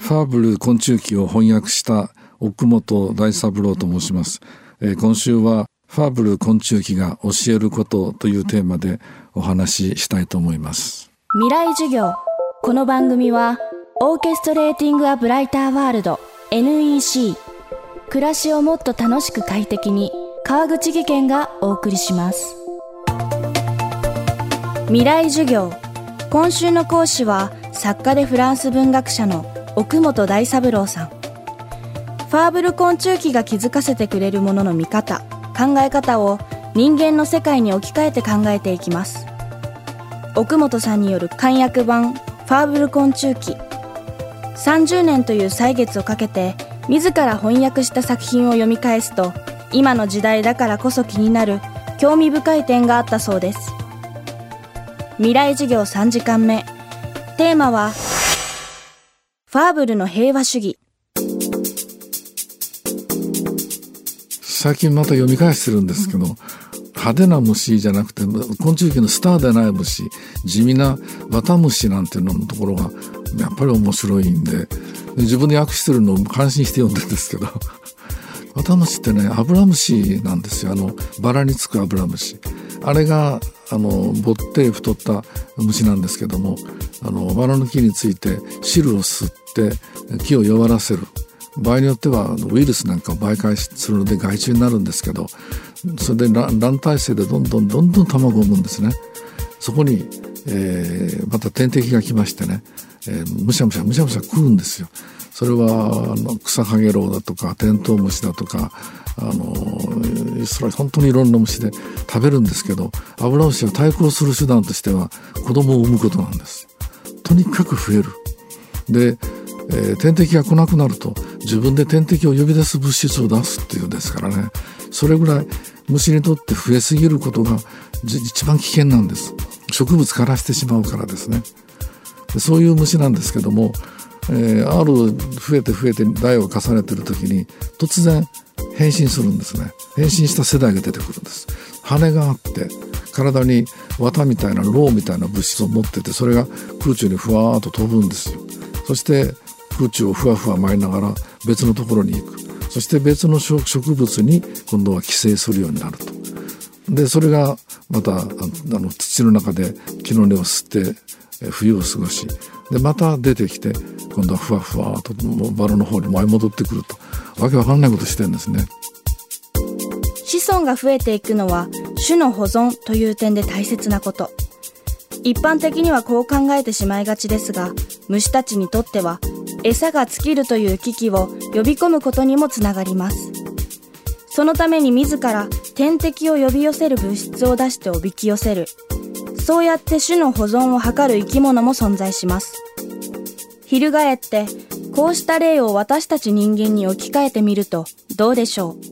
ファーブル昆虫記を翻訳した奥本大三郎と申します。今週はファーブル昆虫記が教えることというテーマでお話ししたいと思います。 未来授業。この番組はオーケストレーティングアブライターワールド NEC 暮らしをもっと楽しく快適に川口義賢がお送りします。未来授業。今週の講師は作家でフランス文学者の奥本大三郎さん。ファーブル昆虫記が気づかせてくれるものの見方、考え方を人間の世界に置き換えて考えていきます。奥本さんによる簡約版ファーブル昆虫記。30年という歳月をかけて自ら翻訳した作品を読み返すと、今の時代だからこそ気になる興味深い点があったそうです。未来授業3時間目。テーマはファーブルの平和主義。 最近また読み返してるんですけど、派手な虫じゃなくて昆虫記のスターでない虫、地味な綿虫なんていうののところがやっぱり面白いんで、自分で訳してるのを感心して読んでるんですけど綿虫ってね、アブラムシなんですよ。バラにつくアブラムシ、あれがぼって太った虫なんですけども、バラの木について汁を吸って木を弱らせる。場合によってはウイルスなんかを媒介するので害虫になるんですけど、それで卵体生でどんどん卵を産むんですね。そこに、また天敵が来ましてね、むしゃむしゃ食うんですよ。それは草かげろうだとかテントウムシだとかそれは本当にいろんな虫で食べるんですけど、アブラムシは対抗する手段としては子供を産むことなんです。とにかく増える。で、天敵が来なくなると自分で天敵を呼び出す物質を出すっていうんですからね、それぐらい虫にとって増えすぎることが一番危険なんです。植物枯らしてしまうからですね。でそういう虫なんですけども、増えて代を重ねている時に突然変身するんですね。変身した世代が出てくるんです。羽があって体に綿みたいなロウみたいな物質を持ってて、それが空中にふわーっと飛ぶんですよ。そして空中をふわふわ舞いながら別のところに行く。そして別の植物に今度は寄生するようになると。でそれがまた土の中で木の根を吸って冬を過ごし、でまた出てきて今度はふわふわとバラの方に舞い戻ってくると、わけわかんないことしてるんですね。 子孫が増えていくのは種の保存という点で大切なこと。一般的にはこう考えてしまいがちですが、虫たちにとっては餌が尽きるという危機を呼び込むことにもつながります。そのために自ら天敵を呼び寄せる物質を出しておびき寄せる。そうやって種の保存を図る生き物も存在します。翻ってこうした例を私たち人間に置き換えてみるとどうでしょう。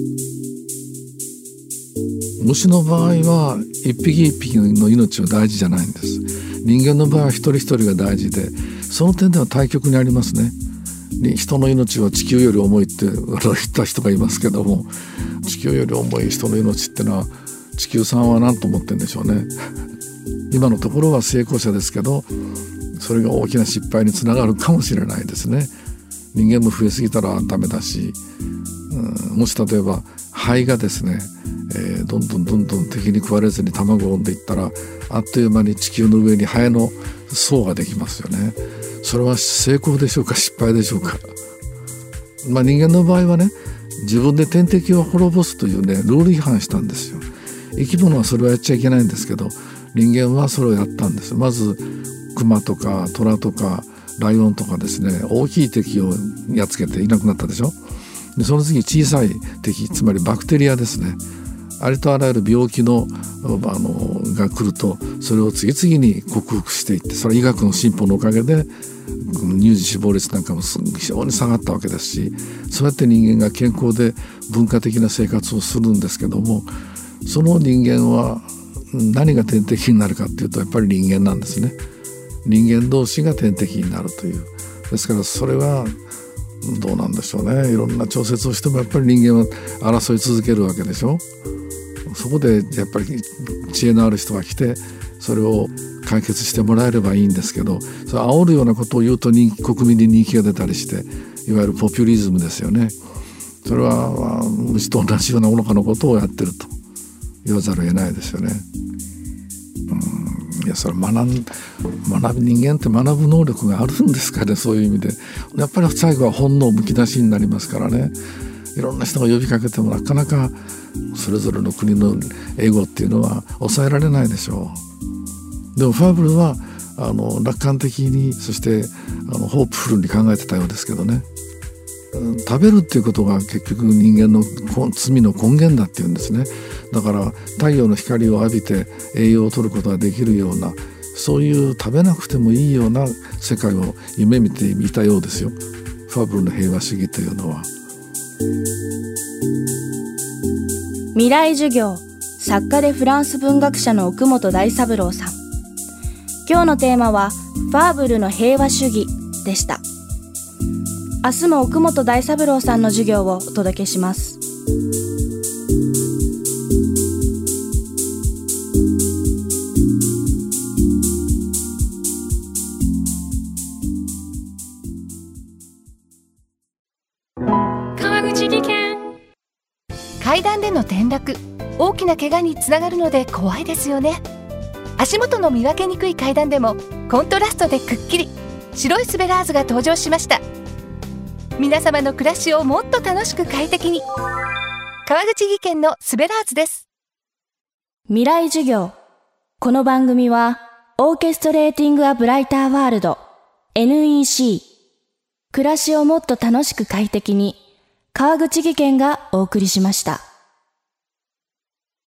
虫の場合は一匹一匹の命は大事じゃないんです。人間の場合は一人一人が大事で、その点では対極にありますね。人の命は地球より重いって言った人がいますけども、地球より重い人の命ってのは地球さんは何と思ってるんでしょうね。今のところは成功者ですけど、それが大きな失敗につながるかもしれないですね。人間も増えすぎたらダメだし、もし例えば肺がですね、どんどん敵に食われずに卵を産んでいったら、あっという間に地球の上にハエの層ができますよね。それは成功でしょうか失敗でしょうか。人間の場合はね、自分で天敵を滅ぼすというねルール違反したんですよ。生き物はそれはやっちゃいけないんですけど、人間はそれをやったんです。まずクマとかトラとかライオンとかですね、大きい敵をやっつけていなくなったでしょ。でその次小さい敵、つまりバクテリアですね。ありとあらゆる病気が来るとそれを次々に克服していって、それは医学の進歩のおかげで乳児死亡率なんかも非常に下がったわけですし、そうやって人間が健康で文化的な生活をするんですけども、その人間は何が天敵になるかっていうとやっぱり人間なんですね。人間同士が天敵になるという。ですからそれはどうなんでしょうね。いろんな調節をしてもやっぱり人間は争い続けるわけでしょ。そこでやっぱり知恵のある人が来て、 それを解決してもらえればいいんですけど、それ煽るようなことを言うと国民に人気が出たりして、いわゆるポピュリズムですよね。それは虫と同じような愚かなことをやってると言わざるを得ないですよね。いや、それ人間って学ぶ能力があるんですかね。そういう意味でやっぱり最後は本能むき出しになりますからね。いろんな人が呼びかけてもなかなかそれぞれの国のエゴっていうのは抑えられないでしょう。でもファーブルは楽観的に、そしてホープフルに考えてたようですけどね。食べるっていうことが結局人間の罪の根源だっていうんですね。だから太陽の光を浴びて栄養を取ることができるような、そういう食べなくてもいいような世界を夢見ていたようですよ、ファーブルの平和主義というのは。 未来授業、作家でフランス文学者の奥本大三郎さん。今日のテーマはファーブルの平和主義でした。明日も奥本大三郎さんの授業をお届けします。 川口技研。階段での転落、大きな怪我につながるので怖いですよね。足元の見分けにくい階段でもコントラストでくっきり白いスベラーズが登場しました。皆様の暮らしをもっと楽しく快適に、川口技研のスベラーズです。 未来授業。この番組はオーケストレーティングアブライターワールド NEC、 暮らしをもっと楽しく快適に、川口技研がお送りしました。